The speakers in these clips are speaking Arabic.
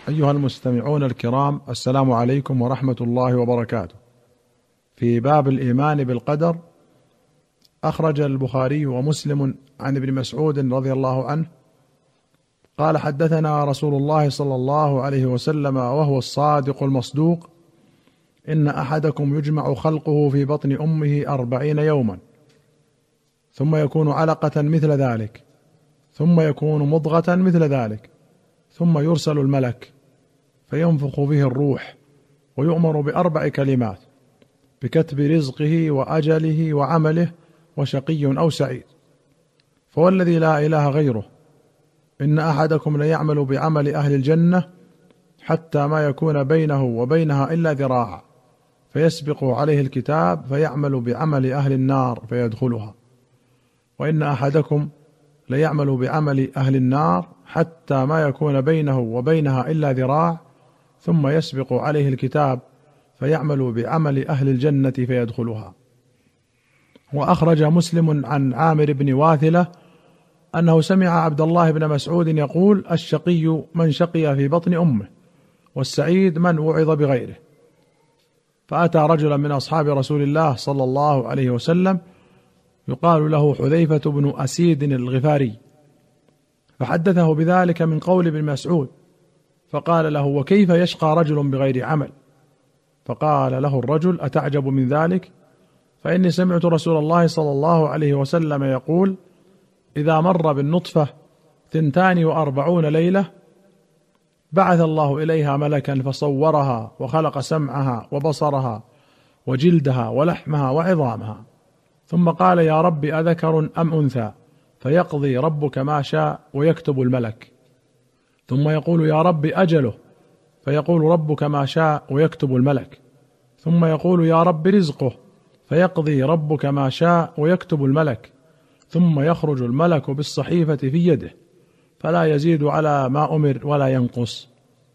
أيها المستمعون الكرام، السلام عليكم ورحمة الله وبركاته. في باب الإيمان بالقدر، أخرج البخاري ومسلم عن ابن مسعود رضي الله عنه قال: حدثنا رسول الله صلى الله عليه وسلم وهو الصادق المصدوق: إن أحدكم يجمع خلقه في بطن أمه 40 يوما، ثم يكون علقة مثل ذلك، ثم يكون مضغة مثل ذلك، ثم يرسل الملك فينفخ به الروح، ويؤمر ب4 كلمات: بكتب رزقه وأجله وعمله وشقي أو سعيد. فوالذي لا إله غيره، إن أحدكم ليعمل بعمل أهل الجنة حتى ما يكون بينه وبينها إلا ذراع، فيسبق عليه الكتاب فيعمل بعمل أهل النار فيدخلها. وإن أحدكم ليعمل بعمل أهل النار حتى ما يكون بينه وبينها إلا ذراع، ثم يسبق عليه الكتاب فيعمل بعمل أهل الجنة فيدخلها. وأخرج مسلم عن عامر بن واثلة أنه سمع عبد الله بن مسعود يقول: الشقي من شقي في بطن أمه، والسعيد من وعظ بغيره. فأتى رجلا من أصحاب رسول الله صلى الله عليه وسلم يقال له حذيفة بن أسيد الغفاري، فحدثه بذلك من قول ابن مسعود، فقال له: وكيف يشقى رجل بغير عمل؟ فقال له الرجل: أتعجب من ذلك؟ فإني سمعت رسول الله صلى الله عليه وسلم يقول: إذا مر بالنطفة 42 ليلة بعث الله إليها ملكا فصورها وخلق سمعها وبصرها وجلدها ولحمها وعظامها، ثم قال: يا رب أذكر أم أنثى؟ فيقضي ربك ما شاء ويكتب الملك. ثم يقول: يا رب أجله؟ فيقول ربك ما شاء ويكتب الملك. ثم يقول: يا رب رزقه؟ فيقضي ربك ما شاء ويكتب الملك. ثم يخرج الملك بالصحيفة في يده، فلا يزيد على ما أمر ولا ينقص.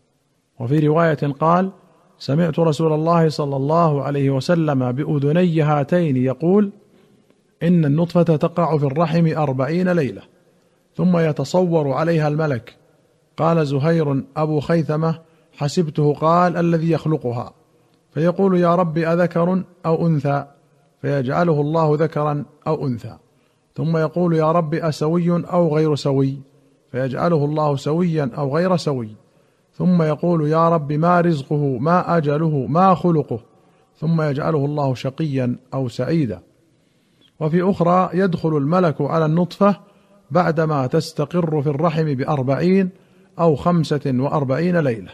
وفي رواية قال: سمعت رسول الله صلى الله عليه وسلم بأذني هاتين يقول: إن النطفة تقع في الرحم 40 ليلة، ثم يتصور عليها الملك. قال زهير أبو خيثمة: حسبته قال: الذي يخلقها. فيقول: يا رب أذكر أو أنثى؟ فيجعله الله ذكرا أو أنثى. ثم يقول: يا رب أسوي أو غير سوي؟ فيجعله الله سويا أو غير سوي. ثم يقول: يا رب ما رزقه ما أجله ما خلقه؟ ثم يجعله الله شقيا أو سعيدا. وفي أخرى: يدخل الملك على النطفة بعدما تستقر في الرحم 40 أو 45 ليلة،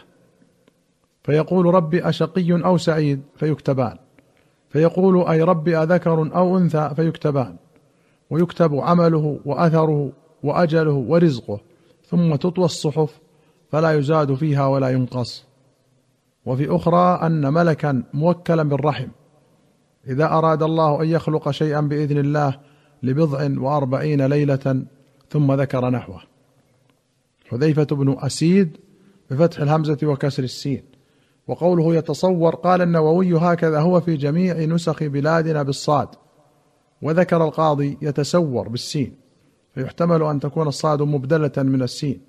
فيقول: رب أشقي أو سعيد؟ فيكتبان. فيقول: أي رب أذكر أو أنثى؟ فيكتبان، ويكتب عمله وأثره وأجله ورزقه، ثم تطوى الصحف فلا يزاد فيها ولا ينقص. وفي أخرى أن ملكا موكلا بالرحم إذا أراد الله أن يخلق شيئا بإذن الله ل40 ليلة، ثم ذكر نحوه. حذيفة بن أسيد بفتح الهمزة وكسر السين. وقوله يتصور، قال النووي: هكذا هو في جميع نسخ بلادنا بالصاد، وذكر القاضي يتسور بالسين، فيحتمل أن تكون الصاد مبدلة من السين.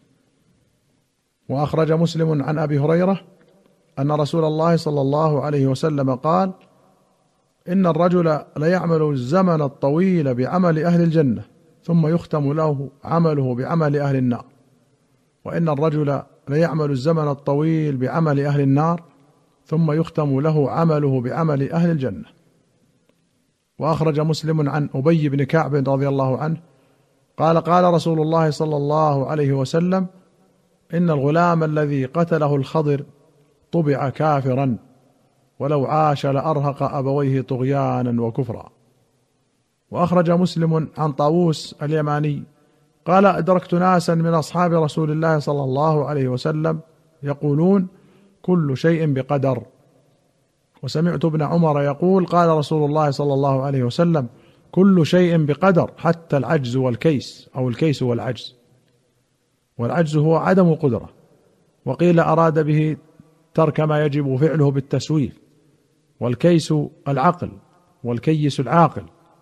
وأخرج مسلم عن أبي هريرة أن رسول الله صلى الله عليه وسلم قال: إن الرجل ليعمل الزمن الطويل بعمل أهل الجنة، ثم يختم له عمله بعمل أهل النار. وإن الرجل ليعمل الزمن الطويل بعمل أهل النار، ثم يختم له عمله بعمل أهل الجنة. وأخرج مسلم عن أبي بن كعب رضي الله عنه قال: قال رسول الله صلى الله عليه وسلم: إن الغلام الذي قتله الخضر طبع كافرا، ولو عاش لأرهق أبويه طغيانا وكفرا. وأخرج مسلم عن طاووس اليماني قال: أدركت ناسا من أصحاب رسول الله صلى الله عليه وسلم يقولون: كل شيء بقدر. وسمعت ابن عمر يقول: قال رسول الله صلى الله عليه وسلم: كل شيء بقدر حتى العجز والكيس، أو الكيس والعجز. والعجز هو عدم القدرة، وقيل أراد به ترك ما يجب فعله بالتسويف، والكيس العقل، والكيس العاقل.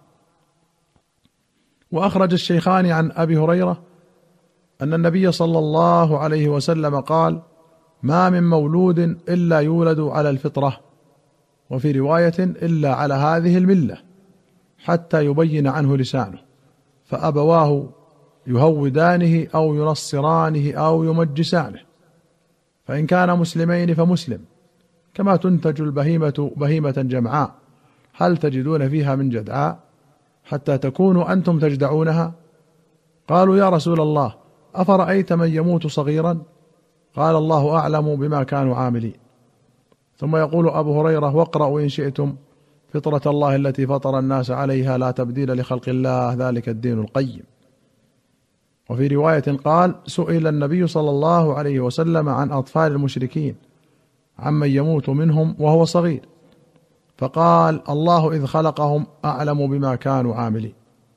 وأخرج الشيخان عن أبي هريرة أن النبي صلى الله عليه وسلم قال: ما من مولود إلا يولد على الفطرة، وفي رواية إلا على هذه الملة، حتى يبين عنه لسانه، فأبواه يهودانه أو ينصرانه أو يمجسانه، فإن كان مسلمين فمسلم، كما تنتج البهيمة بهيمة جمعاء، هل تجدون فيها من جدعاء حتى تكونوا أنتم تجدعونها؟ قالوا يا رسول الله أفرأيت من يموت صغيرا؟ قال الله أعلم بما كانوا عاملين. ثم يقول أبو هريرة واقرأوا إن شئتم فطرة الله التي فطر الناس عليها لا تبديل لخلق الله ذلك الدين القيم. وفي رواية قال سئل النبي صلى الله عليه وسلم عن أطفال المشركين عمن يموت منهم وهو صغير، فقال الله إذ خلقهم أعلم بما كانوا عاملين.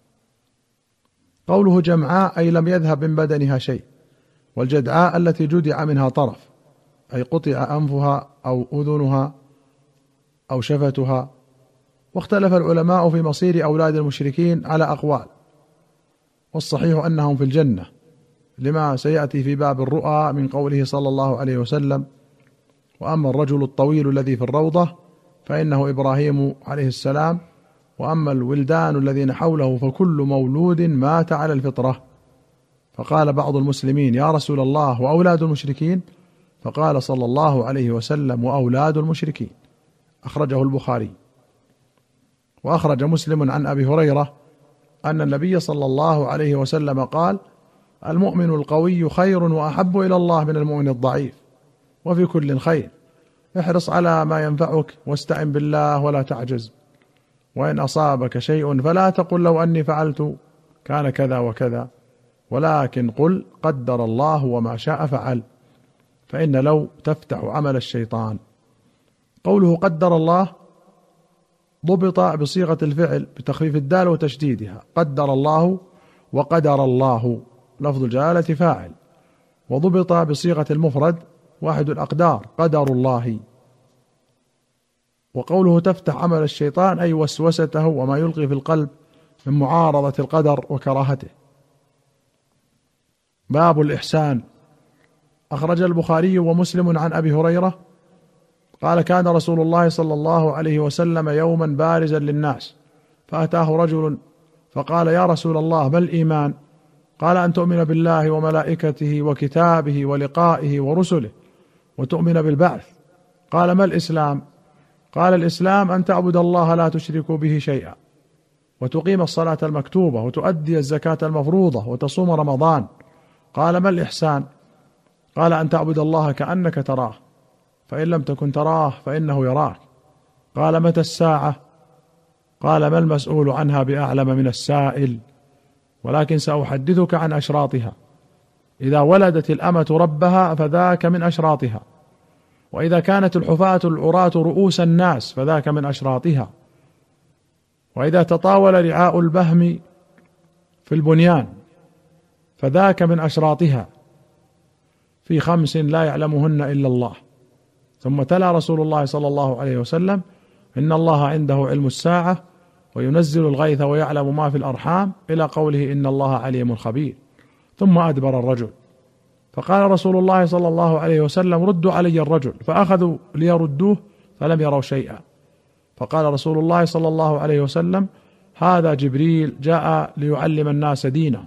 قوله جمعاء أي لم يذهب من بدنها شيء، والجدعاء التي جدع منها طرف، أي قطع أنفها أو أذنها أو شفتها. واختلف العلماء في مصير أولاد المشركين على أقوال، والصحيح أنهم في الجنة، لما سيأتي في باب الرؤى من قوله صلى الله عليه وسلم وأما الرجل الطويل الذي في الروضة فإنه إبراهيم عليه السلام، وأما الولدان الذين حوله فكل مولود مات على الفطرة. فقال بعض المسلمين يا رسول الله وأولاد المشركين؟ فقال صلى الله عليه وسلم وأولاد المشركين. أخرجه البخاري. وأخرج مسلم عن أبي هريرة أن النبي صلى الله عليه وسلم قال المؤمن القوي خير وأحب إلى الله من المؤمن الضعيف، وفي كل خير، احرص على ما ينفعك واستعن بالله ولا تعجز، وإن أصابك شيء فلا تقل لو أني فعلت كان كذا وكذا، ولكن قل قدر الله وما شاء فعل، فإن لو تفتح عمل الشيطان. قوله قدر الله ضبط بصيغة الفعل بتخفيف الدال وتشديدها، قدر الله وقدر الله لفظ الجلالة فاعل، وضبط بصيغة المفرد واحد الأقدار قدر الله. وقوله تفتح عمل الشيطان أي وسوسته وما يلقي في القلب من معارضة القدر وكراهته. باب الإحسان. أخرج البخاري ومسلم عن أبي هريرة قال كان رسول الله صلى الله عليه وسلم يوما بارزا للناس، فأتاه رجل فقال يا رسول الله ما الإيمان؟ قال أن تؤمن بالله وملائكته وكتابه ولقائه ورسله وتؤمن بالبعث. قال ما الإسلام؟ قال الإسلام أن تعبد الله لا تشرك به شيئا، وتقيم الصلاة المكتوبة، وتؤدي الزكاة المفروضة، وتصوم رمضان. قال ما الإحسان؟ قال أن تعبد الله كأنك تراه، فإن لم تكن تراه فإنه يراك. قال متى الساعة؟ قال ما المسؤول عنها بأعلم من السائل، ولكن سأحدثك عن أشراطها. إذا ولدت الأمة ربها فذاك من أشراطها، وإذا كانت الحفاة العراة رؤوس الناس فذاك من أشراطها، وإذا تطاول رعاء البهم في البنيان فذاك من أشراطها، في 5 لا يعلمهن إلا الله. ثم تلا رسول الله صلى الله عليه وسلم إن الله عنده علم الساعة وينزل الغيث ويعلم ما في الأرحام إلى قوله إن الله عليم خبير. ثم أدبر الرجل، فقال رسول الله صلى الله عليه وسلم ردوا علي الرجل، فأخذوا ليردوه فلم يروا شيئا. فقال رسول الله صلى الله عليه وسلم هذا جبريل جاء ليعلم الناس دينهم.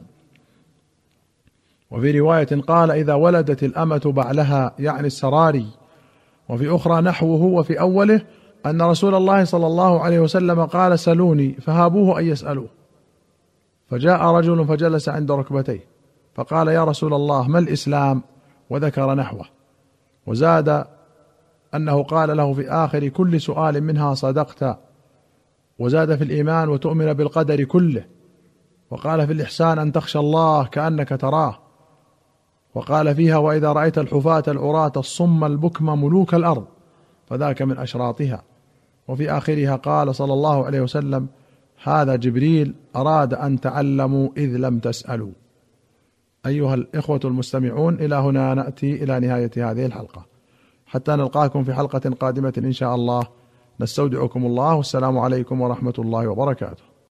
وفي رواية قال إذا ولدت الأمة بعلها يعني السراري، وفي أخرى نحوه. وفي أوله أن رسول الله صلى الله عليه وسلم قال سلوني، فهابوه أن يسألوه، فجاء رجل فجلس عند ركبتيه فقال يا رسول الله ما الإسلام؟ وذكر نحوه، وزاد أنه قال له في آخر كل سؤال منها صدقت، وزاد في الإيمان وتؤمن بالقدر كله، وقال في الإحسان أن تخشى الله كأنك تراه، وقال فيها وإذا رأيت الحفاة العراة الصم البكم ملوك الأرض فذاك من أشراطها. وفي آخرها قال صلى الله عليه وسلم هذا جبريل أراد أن تعلموا إذ لم تسألوا. أيها الإخوة المستمعون، إلى هنا نأتي إلى نهاية هذه الحلقة، حتى نلقاكم في حلقة قادمة إن شاء الله. نستودعكم الله، والسلام عليكم ورحمة الله وبركاته.